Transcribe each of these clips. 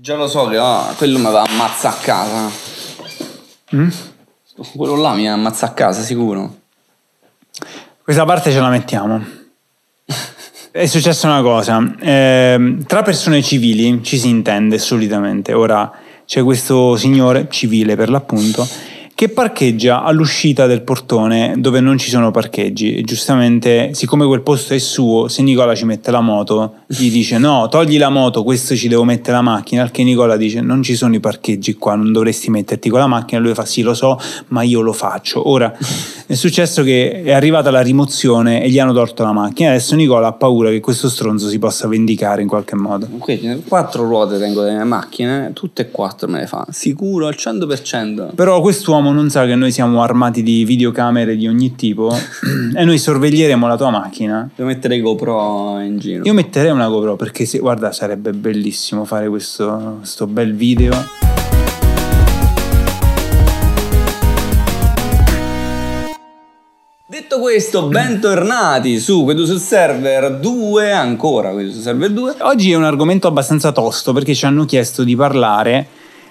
Già lo so che quello mi va a ammazza a casa. Quello là mi ammazza a casa, sicuro. Questa parte ce la mettiamo. È successa una cosa. Tra persone civili ci si intende solitamente. Ora c'è questo signore, civile per l'appunto, che parcheggia all'uscita del portone dove non ci sono parcheggi. E giustamente, siccome quel posto è suo, se Nicola ci mette la moto, gli dice no, togli la moto, questo ci devo mettere la macchina. Al che Nicola dice non ci sono i parcheggi qua, non dovresti metterti con la macchina. Lui fa sì, lo so, ma io lo faccio. Ora è successo che è arrivata la rimozione e gli hanno tolto la macchina. Adesso Nicola ha paura che questo stronzo si possa vendicare in qualche modo. Qui 4 ruote tengo delle macchine, tutte e 4 me le fa, sicuro al 100%. Però quest'uomo non sa che noi siamo armati di videocamere di ogni tipo e noi sorveglieremo la tua macchina. Devo mettere GoPro in giro. Io metterei una GoPro perché guarda, sarebbe bellissimo fare questo bel video. Detto questo, bentornati su Guido Server 2, ancora Guido Server 2. Oggi è un argomento abbastanza tosto perché ci hanno chiesto di parlare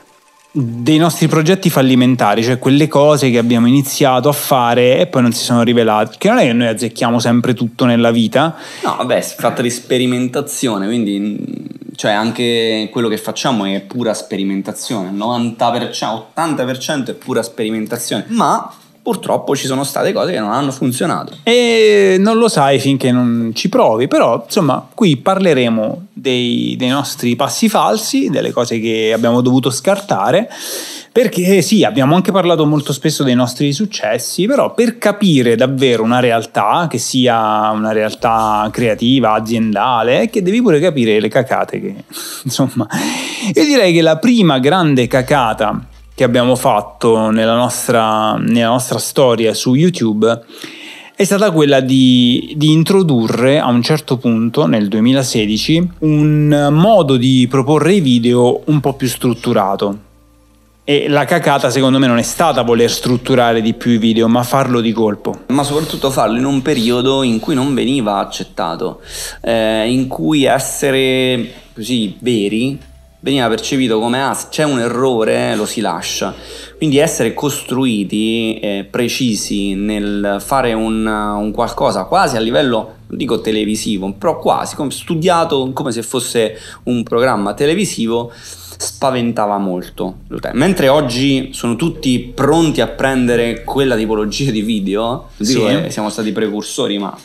dei nostri progetti fallimentari, cioè quelle cose che abbiamo iniziato a fare e poi non si sono rivelate, perché non è che noi azzecchiamo sempre tutto nella vita. No, vabbè, si tratta di sperimentazione, quindi cioè anche quello che facciamo è pura sperimentazione, 90%, 80% è pura sperimentazione, ma purtroppo ci sono state cose che non hanno funzionato. E non lo sai finché non ci provi, però insomma qui parleremo dei nostri passi falsi, delle cose che abbiamo dovuto scartare, perché sì, abbiamo anche parlato molto spesso dei nostri successi, però per capire davvero una realtà, che sia una realtà creativa, aziendale, è che devi pure capire le cacate che insomma. Io direi che la prima grande cacata che abbiamo fatto nella nostra storia su YouTube è stata quella di introdurre a un certo punto nel 2016 un modo di proporre i video un po' più strutturato. E la cacata secondo me non è stata voler strutturare di più i video, ma farlo di colpo. Ma soprattutto farlo in un periodo in cui non veniva accettato, in cui essere così veri veniva percepito come c'è un errore, lo si lascia. Quindi essere costruiti, precisi nel fare un qualcosa quasi a livello, non dico televisivo, però quasi studiato come se fosse un programma televisivo, spaventava molto. Mentre oggi sono tutti pronti a prendere quella tipologia di video, non dico che siamo stati precursori, ma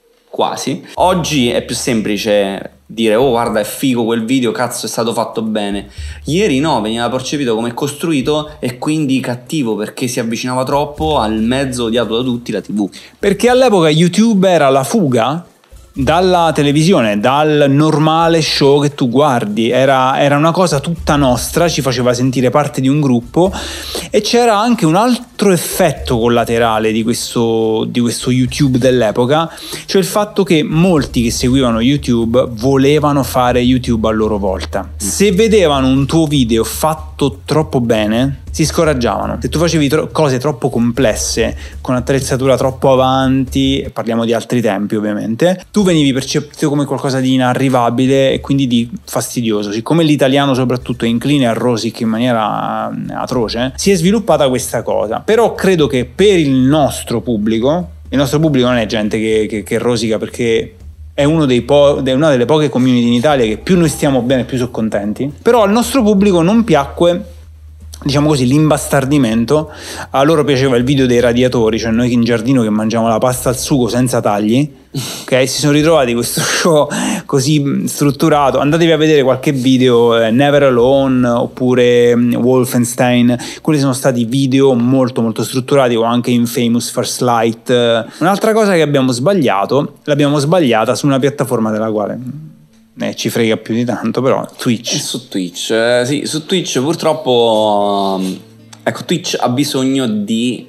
quasi. Oggi è più semplice dire oh guarda è figo quel video, cazzo è stato fatto bene. Ieri no, veniva percepito come costruito e quindi cattivo perché si avvicinava troppo al mezzo odiato da tutti, la TV. Perché all'epoca YouTube era la fuga dalla televisione, dal normale show che tu guardi, era una cosa tutta nostra, ci faceva sentire parte di un gruppo e c'era anche un altro effetto collaterale di questo YouTube dell'epoca, cioè il fatto che molti che seguivano YouTube volevano fare YouTube a loro volta. Se vedevano un tuo video fatto troppo bene si scoraggiavano. Se tu facevi cose troppo complesse con attrezzatura troppo avanti, parliamo di altri tempi ovviamente, tu venivi percepito come qualcosa di inarrivabile e quindi di fastidioso. Siccome l'italiano soprattutto è incline a rosic in maniera atroce, si è sviluppata questa cosa. Però credo che per il nostro pubblico non è gente che rosica, perché è una delle poche community in Italia che più noi stiamo bene più sono contenti. Però al nostro pubblico non piacque, diciamo così, l'imbastardimento. A loro piaceva il video dei radiatori, cioè noi in giardino che mangiamo la pasta al sugo senza tagli, ok? Si sono ritrovati questo show così strutturato. Andatevi a vedere qualche video, Never Alone oppure Wolfenstein, quelli sono stati video molto molto strutturati, o anche Infamous First Light. Un'altra cosa che l'abbiamo sbagliata su una piattaforma della quale ci frega più di tanto, però Twitch. Su Twitch, sì, su Twitch purtroppo ecco, Twitch ha bisogno di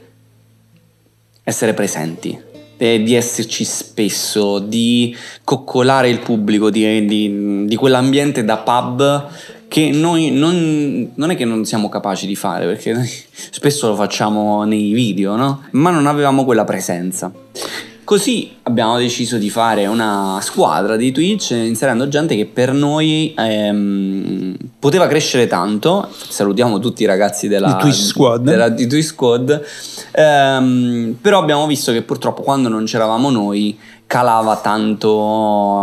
essere presenti, di esserci spesso, di coccolare il pubblico, di quell'ambiente da pub che noi non è che non siamo capaci di fare, perché noi spesso lo facciamo nei video, no? Ma non avevamo quella presenza. Così abbiamo deciso di fare una squadra di Twitch, inserendo gente che per noi poteva crescere tanto. Salutiamo tutti i ragazzi di Twitch Squad. Però abbiamo visto che purtroppo quando non c'eravamo noi calava tanto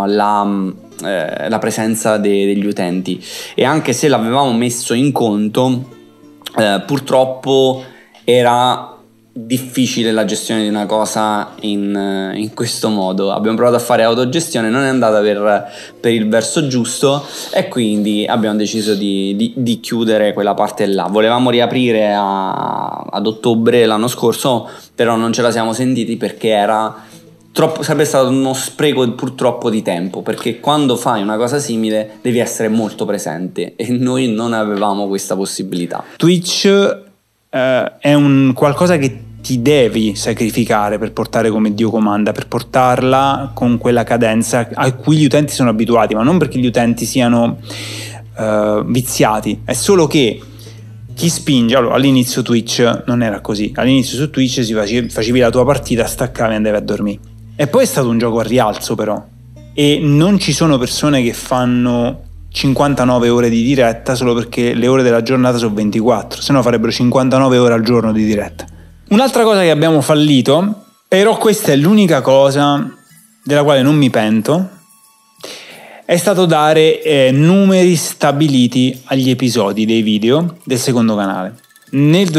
la presenza degli utenti, e anche se l'avevamo messo in conto, purtroppo era difficile la gestione di una cosa in questo modo. Abbiamo provato a fare autogestione, non è andata per il verso giusto, e quindi abbiamo deciso di chiudere quella parte là. Volevamo riaprire ad ottobre l'anno scorso, però non ce la siamo sentiti perché sarebbe stato uno spreco purtroppo di tempo, perché quando fai una cosa simile devi essere molto presente e noi non avevamo questa possibilità. Twitch è un qualcosa che ti devi sacrificare per portare come Dio comanda, per portarla con quella cadenza a cui gli utenti sono abituati, ma non perché gli utenti siano viziati, è solo che chi spinge. Allora, all'inizio Twitch non era così, all'inizio su Twitch facevi la tua partita, staccavi e andavi a dormire, e poi è stato un gioco a rialzo però, e non ci sono persone che fanno 59 ore di diretta solo perché le ore della giornata sono 24, se no farebbero 59 ore al giorno di diretta. Un'altra cosa che abbiamo fallito, però questa è l'unica cosa della quale non mi pento, è stato dare numeri stabiliti agli episodi dei video del secondo canale. Nel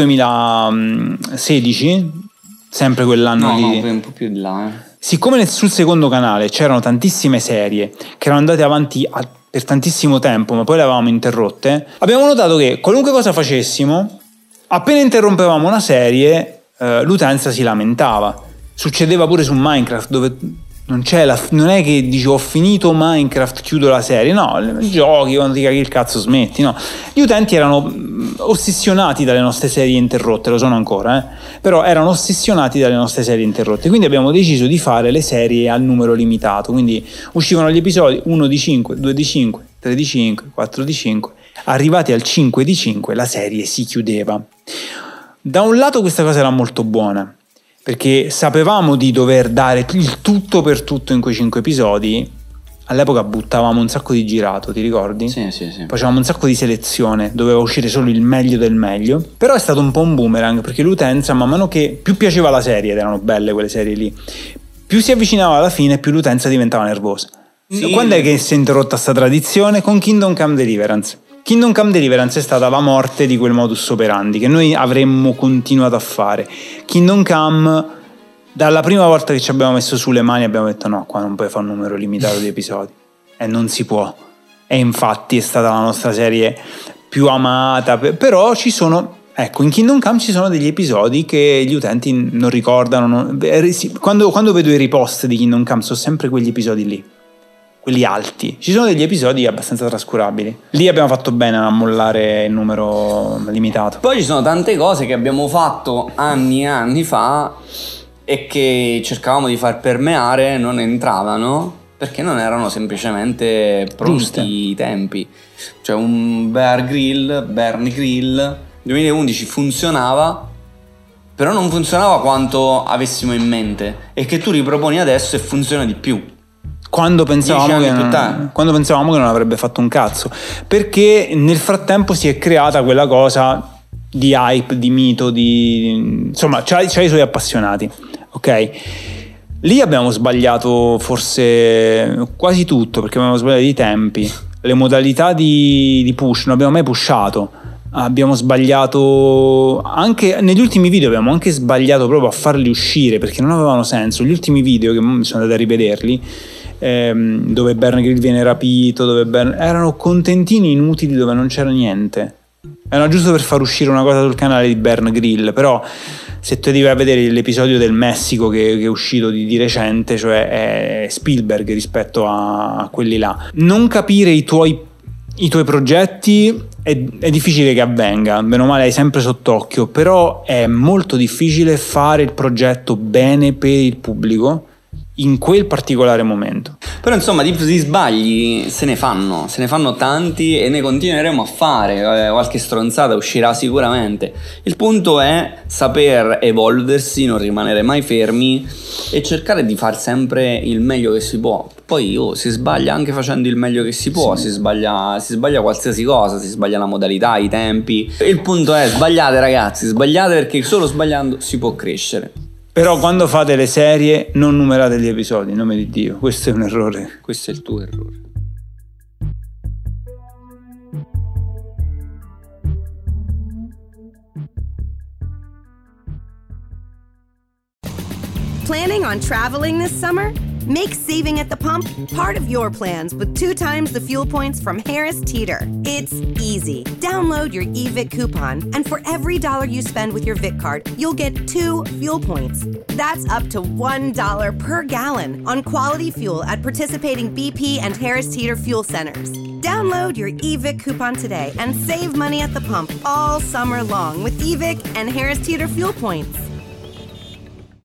2016, sempre quell'anno lì, un po' più di là, siccome sul secondo canale c'erano tantissime serie che erano andate avanti per tantissimo tempo, ma poi le avevamo interrotte, abbiamo notato che qualunque cosa facessimo, appena interrompevamo una serie, l'utenza si lamentava. Succedeva pure su Minecraft, dove non è che dici ho finito Minecraft, chiudo la serie, no, giochi, quando ti caghi il cazzo smetti, no. Gli utenti erano ossessionati dalle nostre serie interrotte, lo sono ancora, però erano ossessionati dalle nostre serie interrotte, quindi abbiamo deciso di fare le serie al numero limitato, quindi uscivano gli episodi 1 di 5, 2 di 5, 3 di 5, 4 di 5, arrivati al 5 di 5 la serie si chiudeva. Da un lato questa cosa era molto buona, perché sapevamo di dover dare il tutto per tutto in quei 5 episodi. All'epoca buttavamo un sacco di girato, ti ricordi? Sì. Facevamo un sacco di selezione, doveva uscire solo il meglio del meglio. Però è stato un po' un boomerang, perché l'utenza, man mano che più piaceva la serie, ed erano belle quelle serie lì, più si avvicinava alla fine, più l'utenza diventava nervosa. Sì. Quando è che si è interrotta sta tradizione? Con Kingdom Come Deliverance. Kingdom Come Deliverance è stata la morte di quel modus operandi che noi avremmo continuato a fare. Kingdom Come, dalla prima volta che ci abbiamo messo sulle mani abbiamo detto no, qua non puoi fare un numero limitato di episodi, e non si può, e infatti è stata la nostra serie più amata. Però ci sono, ecco, in Kingdom Come ci sono degli episodi che gli utenti non ricordano, quando vedo i ripost di Kingdom Come sono sempre quegli episodi lì, quelli alti. Ci sono degli episodi abbastanza trascurabili. Lì abbiamo fatto bene a mollare il numero limitato. Poi ci sono tante cose che abbiamo fatto anni e anni fa e che cercavamo di far permeare, non entravano perché non erano semplicemente pronti i tempi. Cioè un Burn Grill 2011 funzionava, però non funzionava quanto avessimo in mente, e che tu riproponi adesso e funziona di più. Quando pensavamo che non avrebbe fatto un cazzo, perché nel frattempo si è creata quella cosa di hype, di mito, insomma c'ha i suoi appassionati, ok? Lì abbiamo sbagliato forse quasi tutto, perché abbiamo sbagliato i tempi, le modalità di push, non abbiamo mai pushato, abbiamo sbagliato anche negli ultimi video, abbiamo anche sbagliato proprio a farli uscire perché non avevano senso. Gli ultimi video, che mi sono andato a rivederli, dove Burn Grill viene rapito, erano contentini inutili dove non c'era niente, erano giusto per far uscire una cosa sul canale di Burn Grill. Però se tu devi vedere l'episodio del Messico che è uscito di recente, cioè è Spielberg rispetto a quelli là, non capire i tuoi progetti è difficile che avvenga, bene o male hai sempre sott'occhio, però è molto difficile fare il progetto bene per il pubblico in quel particolare momento. Però insomma di sbagli se ne fanno tanti e ne continueremo a fare, qualche stronzata uscirà sicuramente. Il punto è saper evolversi, non rimanere mai fermi e cercare di far sempre il meglio che si può. Poi si sbaglia anche facendo il meglio che si può, sì. si sbaglia qualsiasi cosa, si sbaglia la modalità, i tempi. Il punto è sbagliate ragazzi, sbagliate, perché solo sbagliando si può crescere. Però quando fate le serie non numerate gli episodi, in nome di Dio, questo è un errore. Questo è il tuo errore. Planning on traveling this summer? Make saving at the pump part of your plans with 2 times the fuel points from Harris Teeter. It's easy. Download your eVic coupon, and for every $1 you spend with your Vic card, you'll get 2 fuel points. That's up to $1 per gallon on quality fuel at participating BP and Harris Teeter fuel centers. Download your eVic coupon today and save money at the pump all summer long with eVic and Harris Teeter fuel points.